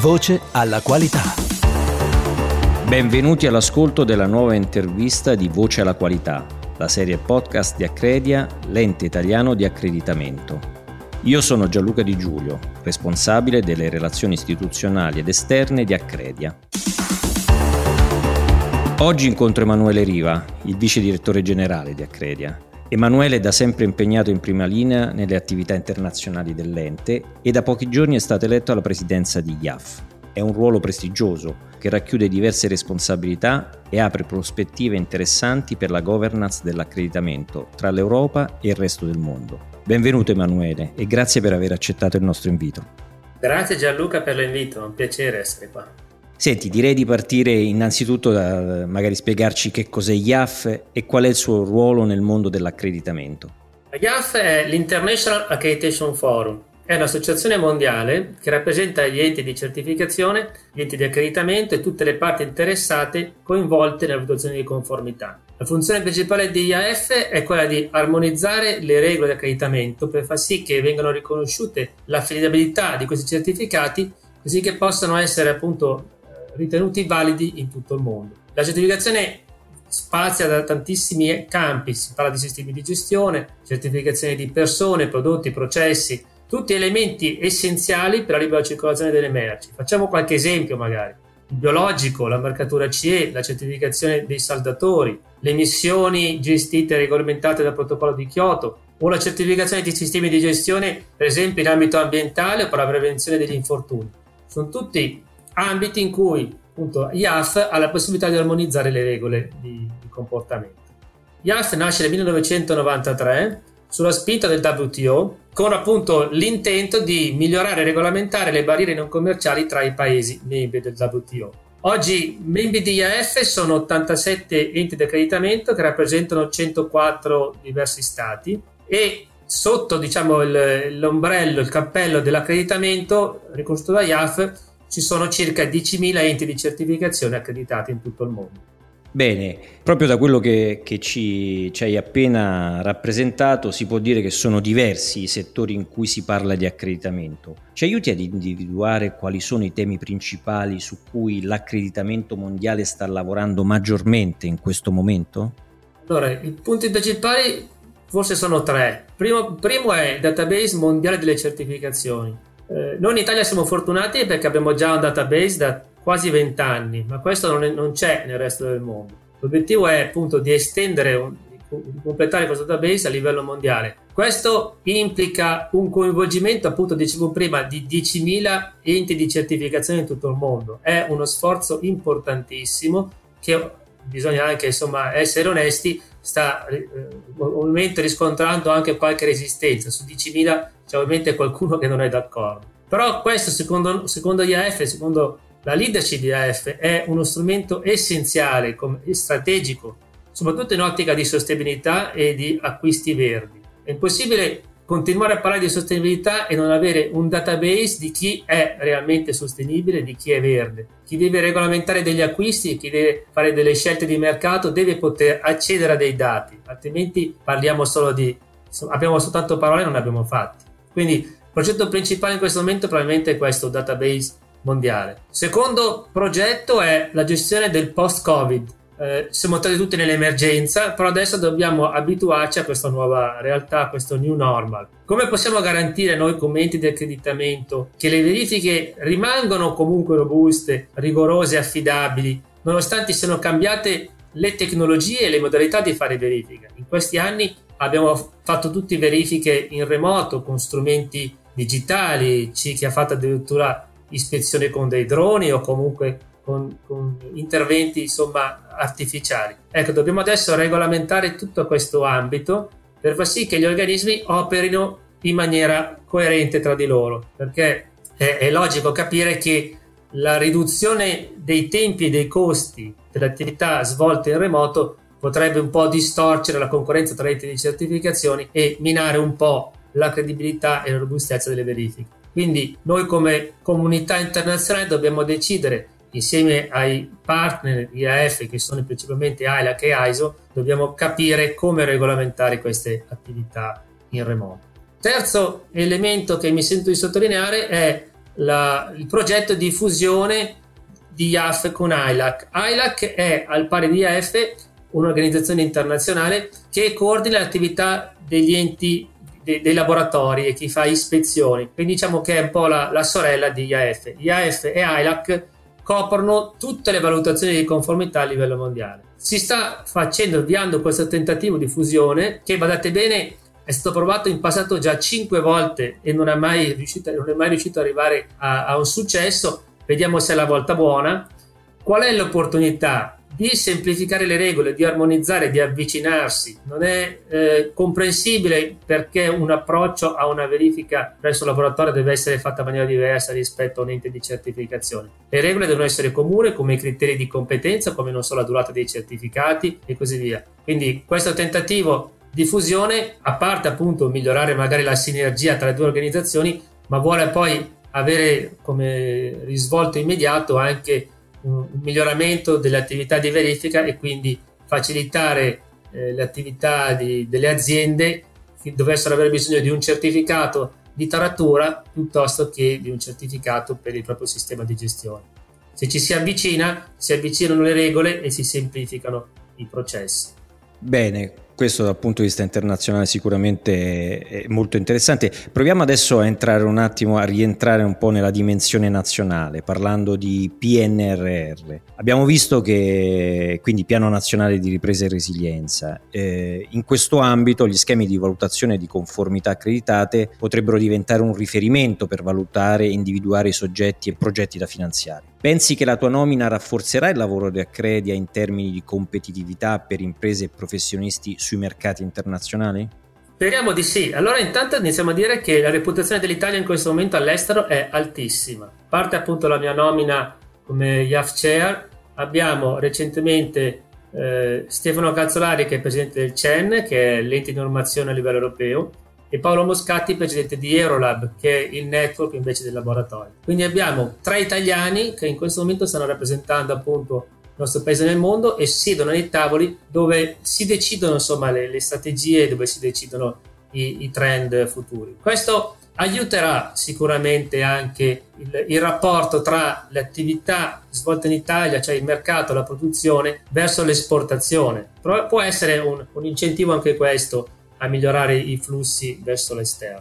Voce alla qualità. Benvenuti all'ascolto della nuova intervista di Voce alla qualità, la serie podcast di Accredia, l'ente italiano di accreditamento. Io sono Gianluca Di Giulio, responsabile delle relazioni istituzionali ed esterne di Accredia. Oggi incontro Emanuele Riva, il vice direttore generale di Accredia. Emanuele è da sempre impegnato in prima linea nelle attività internazionali dell'ente e da pochi giorni è stato eletto alla presidenza di IAF. È un ruolo prestigioso che racchiude diverse responsabilità e apre prospettive interessanti per la governance dell'accreditamento tra l'Europa e il resto del mondo. Benvenuto Emanuele e grazie per aver accettato il nostro invito. Grazie Gianluca per l'invito, è un piacere essere qua. Senti, direi di partire innanzitutto da magari spiegarci che cos'è IAF e qual è il suo ruolo nel mondo dell'accreditamento. IAF è l'International Accreditation Forum, è un'associazione mondiale che rappresenta gli enti di certificazione, gli enti di accreditamento e tutte le parti interessate coinvolte nella valutazione di conformità. La funzione principale di IAF è quella di armonizzare le regole di accreditamento per far sì che vengano riconosciute l'affidabilità di questi certificati, così che possano essere appunto ritenuti validi in tutto il mondo. La certificazione spazia da tantissimi campi, si parla di sistemi di gestione, certificazione di persone, prodotti, processi, tutti elementi essenziali per la libera circolazione delle merci. Facciamo qualche esempio magari. Il biologico, la marcatura CE, la certificazione dei saldatori, le emissioni gestite e regolamentate dal protocollo di Kyoto o la certificazione di sistemi di gestione, per esempio in ambito ambientale o per la prevenzione degli infortuni. Sono tutti ambiti in cui appunto IAF ha la possibilità di armonizzare le regole di comportamento. IAF nasce nel 1993 sulla spinta del WTO con appunto l'intento di migliorare e regolamentare le barriere non commerciali tra i paesi membri del WTO. Oggi membri di IAF sono 87 enti di accreditamento che rappresentano 104 diversi stati e sotto l'ombrello, il cappello dell'accreditamento riconosciuto da IAF ci sono circa 10.000 enti di certificazione accreditati in tutto il mondo. Bene, proprio da quello che ci hai appena rappresentato si può dire che sono diversi i settori in cui si parla di accreditamento. Ci aiuti ad individuare quali sono i temi principali su cui l'accreditamento mondiale sta lavorando maggiormente in questo momento? Allora, i punti principali forse sono tre. Primo è il database mondiale delle certificazioni. Noi in Italia siamo fortunati perché abbiamo già un database da quasi 20 anni, ma questo non c'è nel resto del mondo. L'obiettivo è appunto di estendere, di completare questo database a livello mondiale. Questo implica un coinvolgimento, appunto dicevo prima, di 10.000 enti di certificazione in tutto il mondo. È uno sforzo importantissimo che bisogna anche essere onesti, sta ovviamente riscontrando anche qualche resistenza. Su 10.000 c'è ovviamente qualcuno che non è d'accordo. Però questo secondo IAF, secondo la leadership di IAF, è uno strumento essenziale e strategico, soprattutto in ottica di sostenibilità e di acquisti verdi. È impossibile continuare a parlare di sostenibilità e non avere un database di chi è realmente sostenibile, di chi è verde. Chi deve regolamentare degli acquisti, chi deve fare delle scelte di mercato deve poter accedere a dei dati, altrimenti abbiamo soltanto parole e non abbiamo fatti. Quindi il progetto principale in questo momento probabilmente è questo database mondiale. Secondo progetto è la gestione del post-Covid. Siamo stati tutti nell'emergenza, però adesso dobbiamo abituarci a questa nuova realtà, a questo new normal. Come possiamo garantire noi come enti di accreditamento che le verifiche rimangono comunque robuste, rigorose e affidabili, nonostante siano cambiate le tecnologie e le modalità di fare verifica? In questi anni abbiamo fatto tutte verifiche in remoto con strumenti digitali, c'è chi ha fatto addirittura ispezione con dei droni o comunque con interventi artificiali. Ecco, dobbiamo adesso regolamentare tutto questo ambito per far sì che gli organismi operino in maniera coerente tra di loro, perché è logico capire che la riduzione dei tempi e dei costi delle attività svolte in remoto potrebbe un po' distorcere la concorrenza tra enti di certificazioni e minare un po' la credibilità e la robustezza delle verifiche. Quindi noi come comunità internazionale dobbiamo decidere, insieme ai partner IAF che sono principalmente ILAC e ISO, dobbiamo capire come regolamentare queste attività in remoto. Terzo elemento che mi sento di sottolineare è il progetto di fusione di IAF con ILAC. ILAC è, al pari di IAF, un'organizzazione internazionale che coordina l'attività degli enti, dei laboratori e chi fa ispezioni, quindi diciamo che è un po' la sorella di IAF. IAF e ILAC coprono tutte le valutazioni di conformità a livello mondiale. Si sta avviando questo tentativo di fusione che, badate bene, è stato provato in passato già 5 volte e non è mai riuscito ad arrivare a un successo. Vediamo se è la volta buona. Qual è l'opportunità? Di semplificare le regole, di armonizzare, di avvicinarsi. Non è comprensibile perché un approccio a una verifica presso il laboratorio deve essere fatta in maniera diversa rispetto a un ente di certificazione. Le regole devono essere comuni, come i criteri di competenza, come non so la durata dei certificati e così via. Quindi questo tentativo di fusione, a parte appunto migliorare magari la sinergia tra le due organizzazioni, ma vuole poi avere come risvolto immediato anche un miglioramento delle attività di verifica e quindi facilitare le attività delle aziende che dovessero avere bisogno di un certificato di taratura piuttosto che di un certificato per il proprio sistema di gestione. Se ci si avvicinano le regole e si semplificano i processi. Bene, questo dal punto di vista internazionale sicuramente è molto interessante. Proviamo adesso a rientrare un po' nella dimensione nazionale, parlando di PNRR. Abbiamo visto che, quindi Piano Nazionale di Ripresa e Resilienza, in questo ambito gli schemi di valutazione di conformità accreditate potrebbero diventare un riferimento per valutare e individuare i soggetti e progetti da finanziare. Pensi che la tua nomina rafforzerà il lavoro di Accredia in termini di competitività per imprese e professionisti sui mercati internazionali? Speriamo di sì. Allora intanto iniziamo a dire che la reputazione dell'Italia in questo momento all'estero è altissima. A parte appunto la mia nomina come IAF Chair, abbiamo recentemente Stefano Calzolari, che è presidente del CEN, che è l'ente di normazione a livello europeo, e Paolo Moscatti, presidente di Eurolab, che è il network invece del laboratorio. Quindi abbiamo 3 italiani che in questo momento stanno rappresentando appunto il nostro paese nel mondo e siedono nei tavoli dove si decidono insomma le strategie, dove si decidono i trend futuri. Questo aiuterà sicuramente anche il rapporto tra le attività svolte in Italia, cioè il mercato, la produzione, verso l'esportazione. Però può essere un incentivo anche questo a migliorare i flussi verso l'esterno.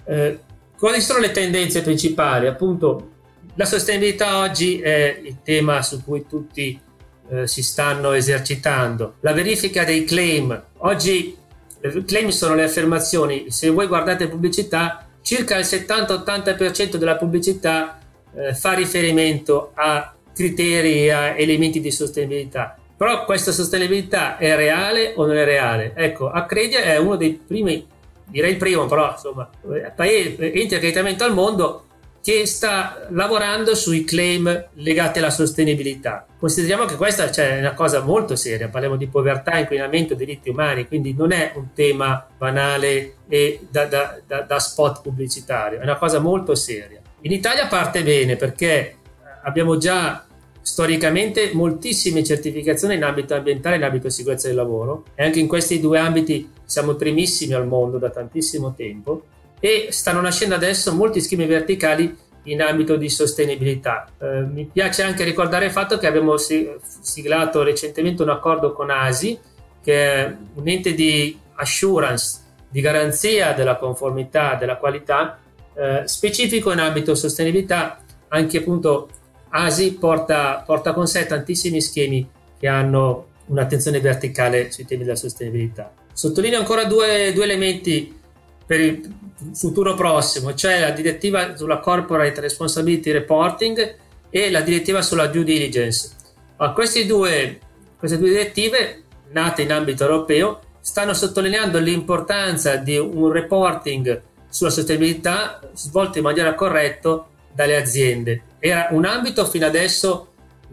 Quali sono le tendenze principali? Appunto, la sostenibilità oggi è il tema su cui tutti si stanno esercitando. La verifica dei claim. Oggi i claim sono le affermazioni. Se voi guardate pubblicità, circa il 70-80% della pubblicità fa riferimento a criteri e a elementi di sostenibilità. Però questa sostenibilità è reale o non è reale? Ecco, Accredia è uno dei primi, direi il primo, però insomma, enti accreditamento al mondo che sta lavorando sui claim legati alla sostenibilità. Consideriamo che questa è una cosa molto seria, parliamo di povertà, inquinamento, diritti umani, quindi non è un tema banale e da spot pubblicitario, è una cosa molto seria. In Italia parte bene perché abbiamo già storicamente moltissime certificazioni in ambito ambientale e in ambito sicurezza del lavoro, e anche in questi 2 ambiti siamo primissimi al mondo da tantissimo tempo, e stanno nascendo adesso molti schemi verticali in ambito di sostenibilità. Mi piace anche ricordare il fatto che abbiamo siglato recentemente un accordo con ASI, che è un ente di assurance, di garanzia della conformità, della qualità, specifico in ambito sostenibilità. Anche appunto ASI porta con sé tantissimi schemi che hanno un'attenzione verticale sui temi della sostenibilità. Sottolineo ancora due elementi per il futuro prossimo, cioè la direttiva sulla Corporate Responsibility Reporting e la direttiva sulla Due Diligence. Queste due direttive, nate in ambito europeo, stanno sottolineando l'importanza di un reporting sulla sostenibilità svolto in maniera corretta dalle aziende. Era un ambito fino adesso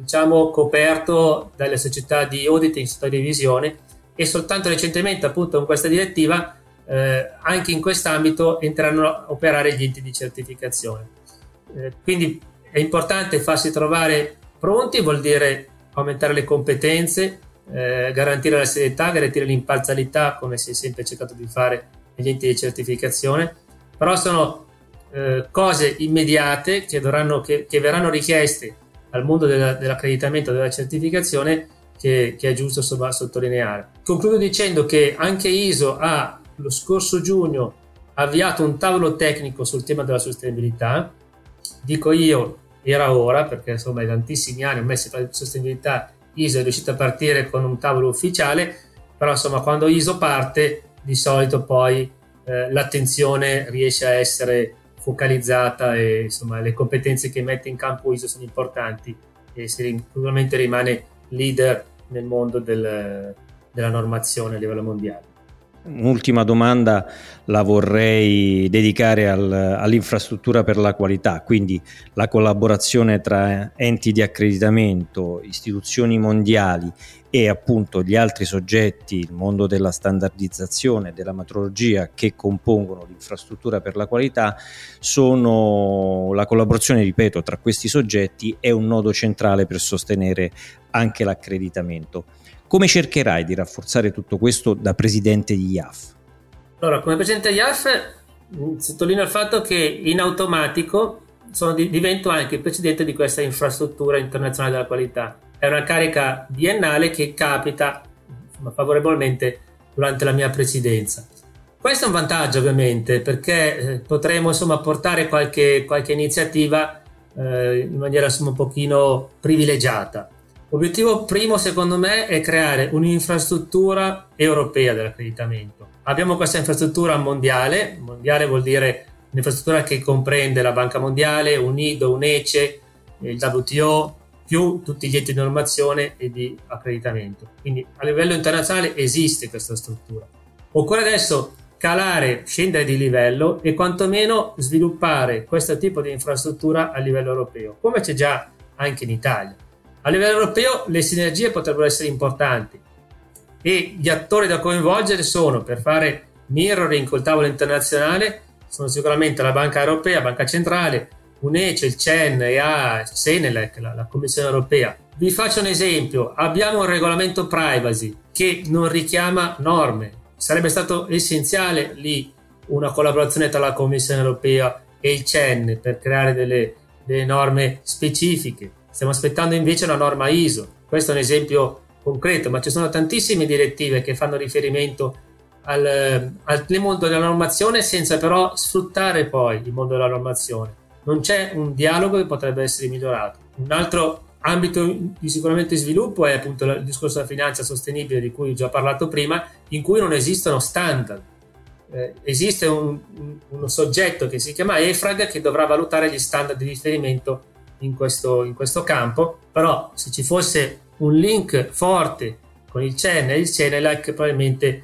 coperto dalle società di auditing, società di revisione, e soltanto recentemente appunto con questa direttiva anche in quest'ambito entreranno a operare gli enti di certificazione. Quindi è importante farsi trovare pronti, vuol dire aumentare le competenze, garantire la serietà, garantire l'imparzialità, come si è sempre cercato di fare negli enti di certificazione, però sono cose immediate che verranno richieste al mondo dell'accreditamento, della certificazione, che è giusto sottolineare. Concludo dicendo che anche ISO lo scorso giugno ha avviato un tavolo tecnico sul tema della sostenibilità. Dico io, era ora, perché insomma in tantissimi anni ormai si fa di sostenibilità. ISO è riuscita a partire con un tavolo ufficiale, però insomma quando ISO parte di solito poi l'attenzione riesce a essere focalizzata e insomma le competenze che mette in campo ISO sono importanti e sicuramente rimane leader nel mondo della normazione a livello mondiale. Un'ultima domanda la vorrei dedicare all'infrastruttura per la qualità, quindi la collaborazione tra enti di accreditamento, istituzioni mondiali e appunto gli altri soggetti, il mondo della standardizzazione, della metrologia che compongono l'infrastruttura per la qualità. La collaborazione, ripeto, tra questi soggetti è un nodo centrale per sostenere anche l'accreditamento. Come cercherai di rafforzare tutto questo da presidente di IAF? Allora, come presidente di IAF sottolineo il fatto che in automatico divento anche il presidente di questa infrastruttura internazionale della qualità. È una carica biennale che capita favorevolmente durante la mia presidenza. Questo è un vantaggio ovviamente, perché potremo portare qualche iniziativa in maniera un pochino privilegiata. L'obiettivo primo, secondo me, è creare un'infrastruttura europea dell'accreditamento. Abbiamo questa infrastruttura mondiale vuol dire un'infrastruttura che comprende la Banca Mondiale, UNIDO, UNECE, il WTO, più tutti gli enti di normazione e di accreditamento. Quindi a livello internazionale esiste questa struttura. Occorre adesso scendere di livello e quantomeno sviluppare questo tipo di infrastruttura a livello europeo, come c'è già anche in Italia. A livello europeo le sinergie potrebbero essere importanti e gli attori da coinvolgere sono, per fare mirroring col tavolo internazionale, sono sicuramente la Banca Europea, Banca Centrale, UNECE, il CEN, EA, CENELEC, la Commissione Europea. Vi faccio un esempio: abbiamo un regolamento privacy che non richiama norme. Sarebbe stato essenziale lì una collaborazione tra la Commissione Europea e il CEN per creare delle norme specifiche. Stiamo aspettando invece una norma ISO. Questo è un esempio concreto, ma ci sono tantissime direttive che fanno riferimento al mondo della normazione senza però sfruttare poi il mondo della normazione. Non c'è un dialogo che potrebbe essere migliorato. Un altro ambito di sicuramente sviluppo è appunto il discorso della finanza sostenibile, di cui ho già parlato prima, in cui non esistono standard. Esiste uno soggetto che si chiama EFRAG che dovrà valutare gli standard di riferimento in questo campo, però se ci fosse un link forte con il CEN e il CENELEC probabilmente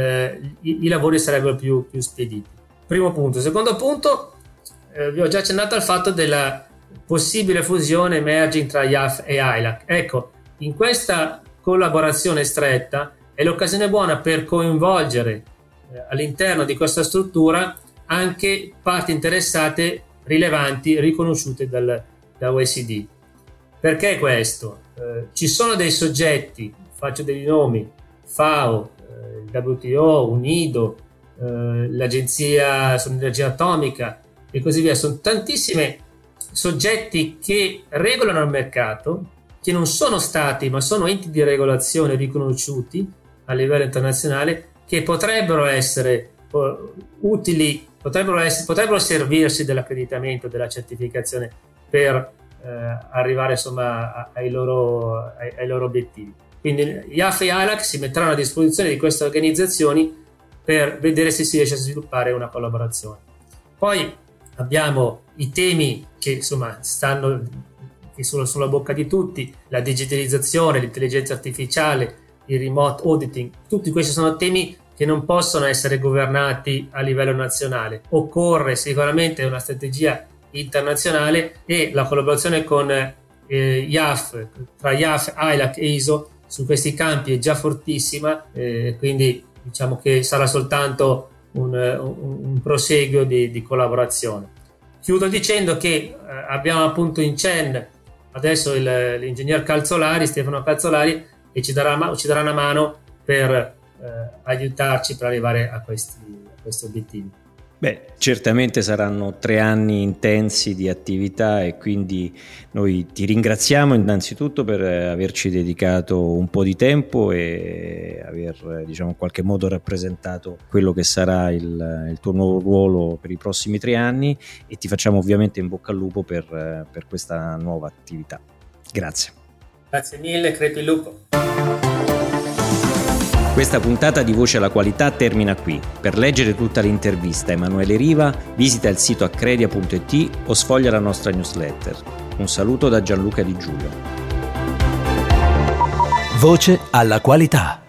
i lavori sarebbero più spediti. Primo punto. Secondo punto, vi ho già accennato al fatto della possibile fusione merging tra IAF e ILAC. Ecco, in questa collaborazione stretta è l'occasione buona per coinvolgere all'interno di questa struttura anche parti interessate rilevanti riconosciute da OECD. Perché questo? Ci sono dei soggetti, faccio dei nomi: FAO, il WTO, UNIDO, l'Agenzia sull'Energia Atomica e così via. Sono tantissimi soggetti che regolano il mercato, che non sono stati ma sono enti di regolazione riconosciuti a livello internazionale, che potrebbero essere utili, potrebbero servirsi dell'accreditamento, della certificazione per arrivare ai loro obiettivi. Quindi IAF e ILAC si metteranno a disposizione di queste organizzazioni per vedere se si riesce a sviluppare una collaborazione. Poi abbiamo i temi che che sono sulla bocca di tutti: la digitalizzazione, l'intelligenza artificiale, il remote auditing. Tutti questi sono temi che non possono essere governati a livello nazionale. Occorre sicuramente una strategia internazionale e la collaborazione con tra IAF, ILAC e ISO su questi campi è già fortissima, quindi diciamo che sarà soltanto un proseguio di collaborazione. Chiudo dicendo che abbiamo appunto in CEN adesso l'ingegner Stefano Calzolari, e ci darà una mano per aiutarci per arrivare a questi obiettivi. Certamente saranno 3 anni intensi di attività e quindi noi ti ringraziamo innanzitutto per averci dedicato un po' di tempo e aver, in qualche modo rappresentato quello che sarà il tuo nuovo ruolo per i prossimi 3 anni, e ti facciamo ovviamente in bocca al lupo per questa nuova attività. Grazie. Grazie mille, crepi il lupo. Questa puntata di Voce alla Qualità termina qui. Per leggere tutta l'intervista a Emanuele Riva, visita il sito accredia.it o sfoglia la nostra newsletter. Un saluto da Gianluca Di Giulio. Voce alla Qualità.